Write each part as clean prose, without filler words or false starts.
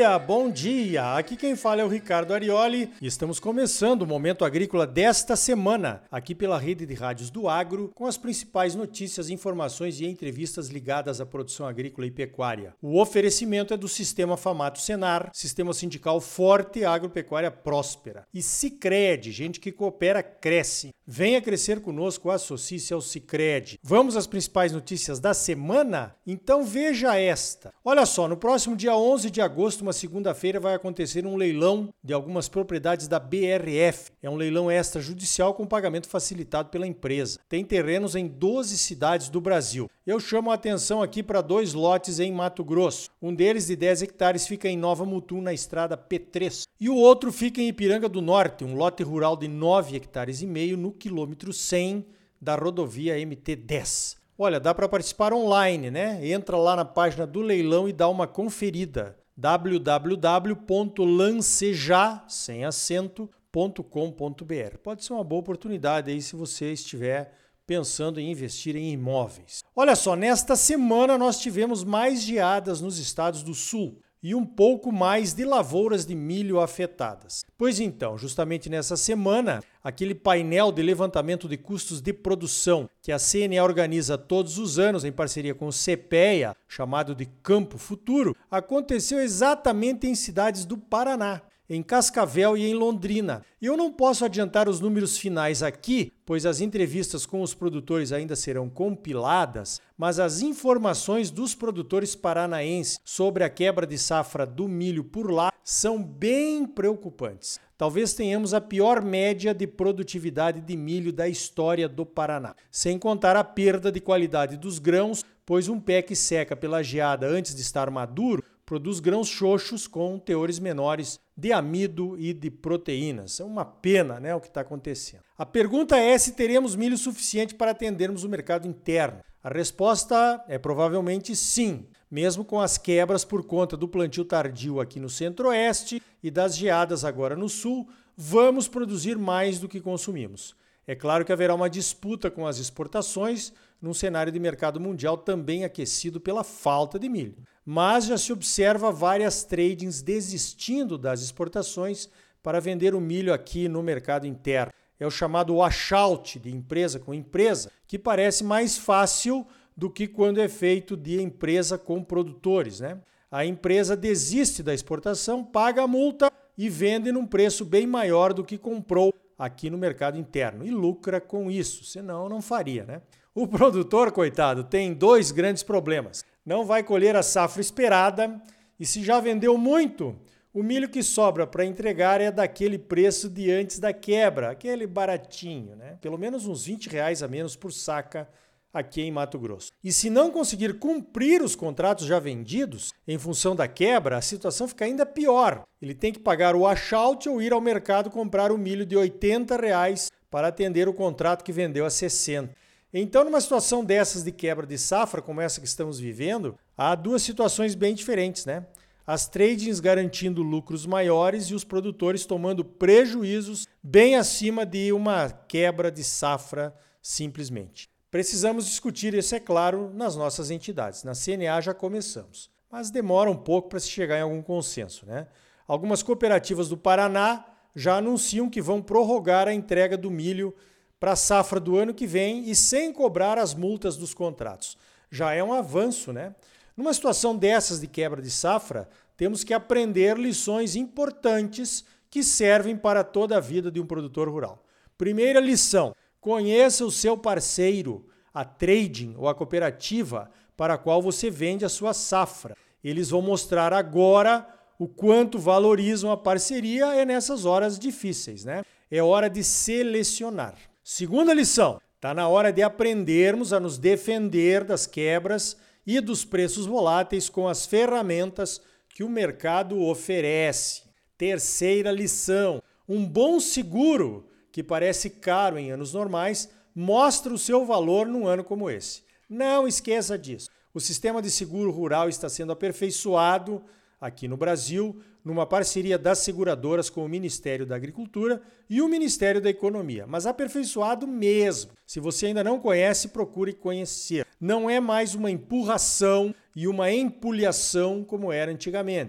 bom dia! Aqui quem fala é o Ricardo Arioli e estamos começando o Momento Agrícola desta semana, aqui pela Rede de Rádios do Agro, com as principais notícias, informações e entrevistas ligadas à produção agrícola e pecuária. O oferecimento é do Sistema Famato Senar, Sistema Sindical Forte e Agropecuária Próspera. E Sicredi, gente que coopera, cresce. Venha crescer conosco, associe-se ao Sicredi. Vamos às principais notícias da semana? Então veja esta. Olha só, no próximo dia 11 de agosto, uma segunda-feira, vai acontecer um leilão de algumas propriedades da BRF. É um leilão extrajudicial com pagamento facilitado pela empresa. Tem terrenos em 12 cidades do Brasil. Eu chamo a atenção aqui para 2 lotes em Mato Grosso. Um deles, de 10 hectares, fica em Nova Mutum, na estrada P3. E o outro fica em Ipiranga do Norte, um lote rural de 9 hectares e meio, no quilômetro 100 da rodovia MT-10. Olha, dá para participar online, né? Entra lá na página do leilão e dá uma conferida. www.lanceja.com.br. Pode ser uma boa oportunidade aí se você estiver pensando em investir em imóveis. Olha só, nesta semana nós tivemos mais geadas nos estados do sul e um pouco mais de lavouras de milho afetadas. Pois então, justamente nessa semana, aquele painel de levantamento de custos de produção que a CNA organiza todos os anos em parceria com o CPEA, chamado de Campo Futuro, aconteceu exatamente em cidades do Paraná, em Cascavel e em Londrina. E eu não posso adiantar os números finais aqui, pois as entrevistas com os produtores ainda serão compiladas, mas as informações dos produtores paranaenses sobre a quebra de safra do milho por lá são bem preocupantes. Talvez tenhamos a pior média de produtividade de milho da história do Paraná, sem contar a perda de qualidade dos grãos, pois um pé que seca pela geada antes de estar maduro produz grãos xoxos com teores menores de amido e de proteínas. É uma pena, né, o que está acontecendo. A pergunta é se teremos milho suficiente para atendermos o mercado interno. A resposta é provavelmente sim, mesmo com as quebras por conta do plantio tardio aqui no centro-oeste e das geadas agora no sul, vamos produzir mais do que consumimos. É claro que haverá uma disputa com as exportações num cenário de mercado mundial também aquecido pela falta de milho. Mas já se observa várias tradings desistindo das exportações para vender o milho aqui no mercado interno. É o chamado washout de empresa com empresa, que parece mais fácil do que quando é feito de empresa com produtores, né? A empresa desiste da exportação, paga a multa e vende num preço bem maior do que comprou aqui no mercado interno e lucra com isso, senão não faria, né? O produtor, coitado, tem 2 grandes problemas. Não vai colher a safra esperada e se já vendeu muito, o milho que sobra para entregar é daquele preço de antes da quebra, aquele baratinho, né? Pelo menos uns R$20 a menos por saca aqui em Mato Grosso. E se não conseguir cumprir os contratos já vendidos, em função da quebra, a situação fica ainda pior. Ele tem que pagar o washout ou ir ao mercado comprar o milho de R$80 para atender o contrato que vendeu a 60. Então, numa situação dessas de quebra de safra, como essa que estamos vivendo, há 2 situações bem diferentes, né? As tradings garantindo lucros maiores e os produtores tomando prejuízos bem acima de uma quebra de safra simplesmente. Precisamos discutir isso, é claro, nas nossas entidades. Na CNA já começamos, mas demora um pouco para se chegar em algum consenso, né? Algumas cooperativas do Paraná já anunciam que vão prorrogar a entrega do milho para a safra do ano que vem e sem cobrar as multas dos contratos. Já é um avanço, né? Numa situação dessas de quebra de safra, temos que aprender lições importantes que servem para toda a vida de um produtor rural. Primeira lição: conheça o seu parceiro, a trading ou a cooperativa para a qual você vende a sua safra. Eles vão mostrar agora o quanto valorizam a parceria nessas horas difíceis, né? É hora de selecionar. Segunda lição: está na hora de aprendermos a nos defender das quebras e dos preços voláteis com as ferramentas que o mercado oferece. Terceira lição: um bom seguro, que parece caro em anos normais, mostra o seu valor num ano como esse. Não esqueça disso. O sistema de seguro rural está sendo aperfeiçoado aqui no Brasil, numa parceria das seguradoras com o Ministério da Agricultura e o Ministério da Economia, mas aperfeiçoado mesmo. Se você ainda não conhece, procure conhecer. Não é mais uma empurração e uma empulhação como era antigamente.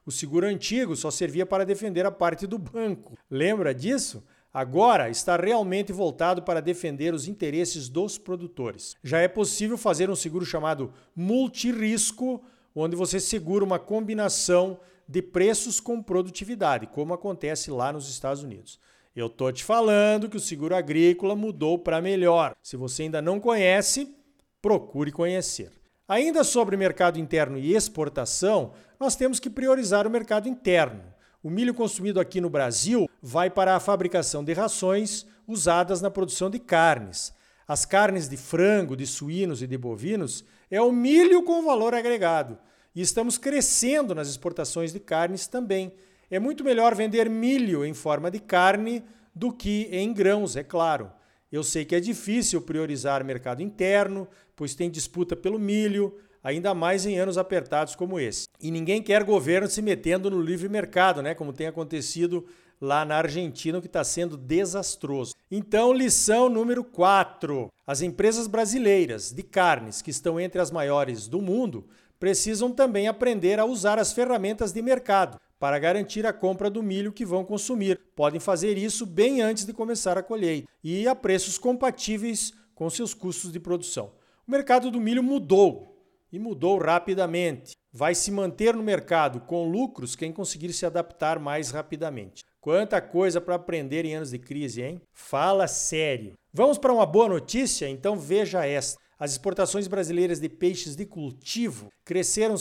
O seguro antigo só servia para defender a parte do banco. Lembra disso? Agora está realmente voltado para defender os interesses dos produtores. Já é possível fazer um seguro chamado multirisco, onde você segura uma combinação de preços com produtividade, como acontece lá nos Estados Unidos. Eu tô te falando que o seguro agrícola mudou para melhor. Se você ainda não conhece, procure conhecer. Ainda sobre mercado interno e exportação, nós temos que priorizar o mercado interno. O milho consumido aqui no Brasil vai para a fabricação de rações usadas na produção de carnes. As carnes de frango, de suínos e de bovinos é o milho com valor agregado. E estamos crescendo nas exportações de carnes também. É muito melhor vender milho em forma de carne do que em grãos, é claro. Eu sei que é difícil priorizar mercado interno, pois tem disputa pelo milho, ainda mais em anos apertados como esse. E ninguém quer governo se metendo no livre mercado, né? Como tem acontecido lá na Argentina, o que está sendo desastroso. Então, lição número 4. As empresas brasileiras de carnes, que estão entre as maiores do mundo, precisam também aprender a usar as ferramentas de mercado para garantir a compra do milho que vão consumir. Podem fazer isso bem antes de começar a colheita e a preços compatíveis com seus custos de produção. O mercado do milho mudou. E mudou rapidamente. Vai se manter no mercado com lucros quem conseguir se adaptar mais rapidamente. Quanta coisa para aprender em anos de crise, hein? Fala sério. Vamos para uma boa notícia? Então veja esta. As exportações brasileiras de peixes de cultivo cresceram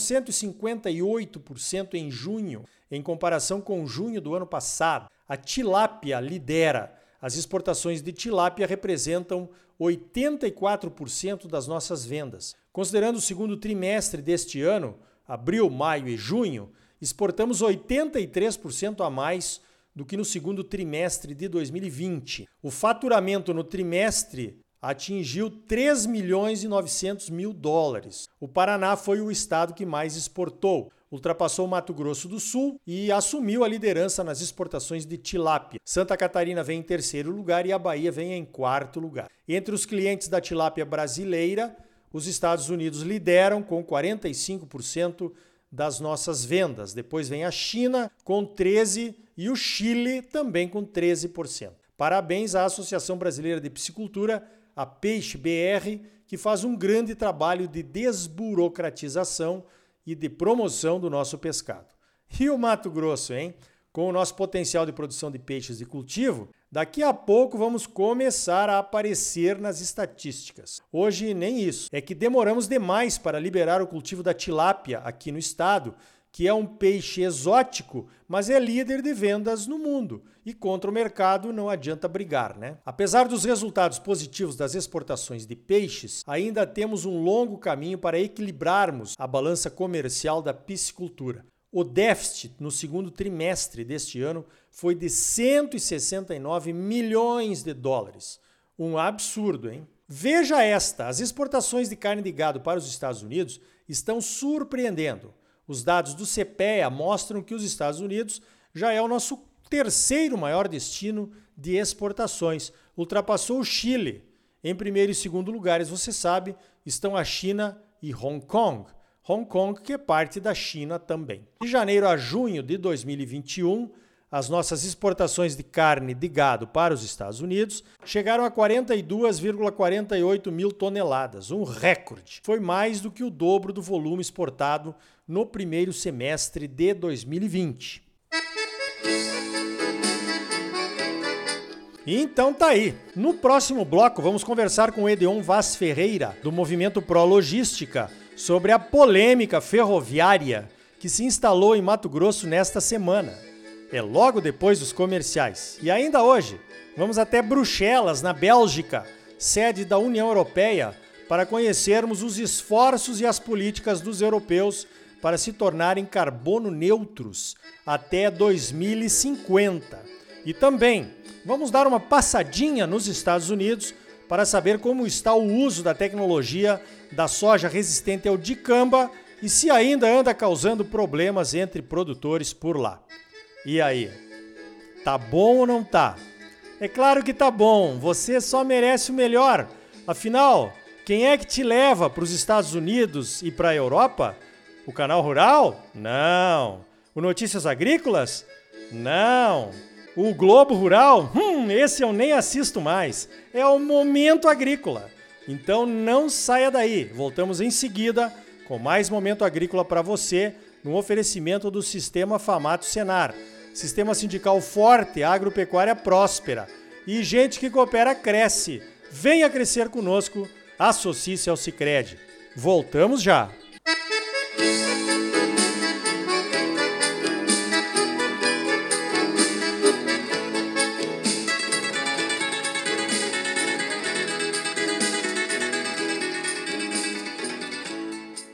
158% em junho, em comparação com junho do ano passado. A tilápia lidera. As exportações de tilápia representam 84% das nossas vendas. Considerando o segundo trimestre deste ano, abril, maio e junho, exportamos 83% a mais do que no segundo trimestre de 2020. O faturamento no trimestre atingiu 3 milhões e 900 mil dólares. O Paraná foi o estado que mais exportou. Ultrapassou o Mato Grosso do Sul e assumiu a liderança nas exportações de tilápia. Santa Catarina vem em terceiro lugar e a Bahia vem em quarto lugar. Entre os clientes da tilápia brasileira, os Estados Unidos lideram com 45% das nossas vendas. Depois vem a China com 13% e o Chile também com 13%. Parabéns à Associação Brasileira de Piscicultura, a Peixe BR, que faz um grande trabalho de desburocratização e de promoção do nosso pescado. E o Mato Grosso, hein? Com o nosso potencial de produção de peixes de cultivo, daqui a pouco vamos começar a aparecer nas estatísticas. Hoje nem isso. É que demoramos demais para liberar o cultivo da tilápia aqui no estado, que é um peixe exótico, mas é líder de vendas no mundo. E contra o mercado não adianta brigar, né? Apesar dos resultados positivos das exportações de peixes, ainda temos um longo caminho para equilibrarmos a balança comercial da piscicultura. O déficit no segundo trimestre deste ano foi de 169 milhões de dólares. Um absurdo, hein? Veja esta, as exportações de carne de gado para os Estados Unidos estão surpreendendo. Os dados do CPEA mostram que os Estados Unidos já é o nosso terceiro maior destino de exportações. Ultrapassou o Chile. Em primeiro e segundo lugares, você sabe, estão a China e Hong Kong. Hong Kong, que é parte da China também. De janeiro a junho de 2021, as nossas exportações de carne de gado para os Estados Unidos chegaram a 42,48 mil toneladas, um recorde. Foi mais do que o dobro do volume exportado no primeiro semestre de 2020. Então tá aí. No próximo bloco vamos conversar com o Edeon Vaz Ferreira, do Movimento Pro Logística, sobre a polêmica ferroviária que se instalou em Mato Grosso nesta semana. É logo depois dos comerciais. E ainda hoje, vamos até Bruxelas, na Bélgica, sede da União Europeia, para conhecermos os esforços e as políticas dos europeus para se tornarem carbono neutros até 2050. E também vamos dar uma passadinha nos Estados Unidos para saber como está o uso da tecnologia da soja resistente ao dicamba e se ainda anda causando problemas entre produtores por lá. E aí, tá bom ou não tá? É claro que tá bom, você só merece o melhor. Afinal, quem é que te leva para os Estados Unidos e para a Europa? O Canal Rural? Não. O Notícias Agrícolas? Não. O Globo Rural? Esse eu nem assisto mais. É o Momento Agrícola. Então não saia daí. Voltamos em seguida com mais Momento Agrícola para você, no oferecimento do Sistema Famato Senar. Sistema sindical forte, agropecuária próspera. E gente que coopera cresce. Venha crescer conosco, associe-se ao Sicredi. Voltamos já!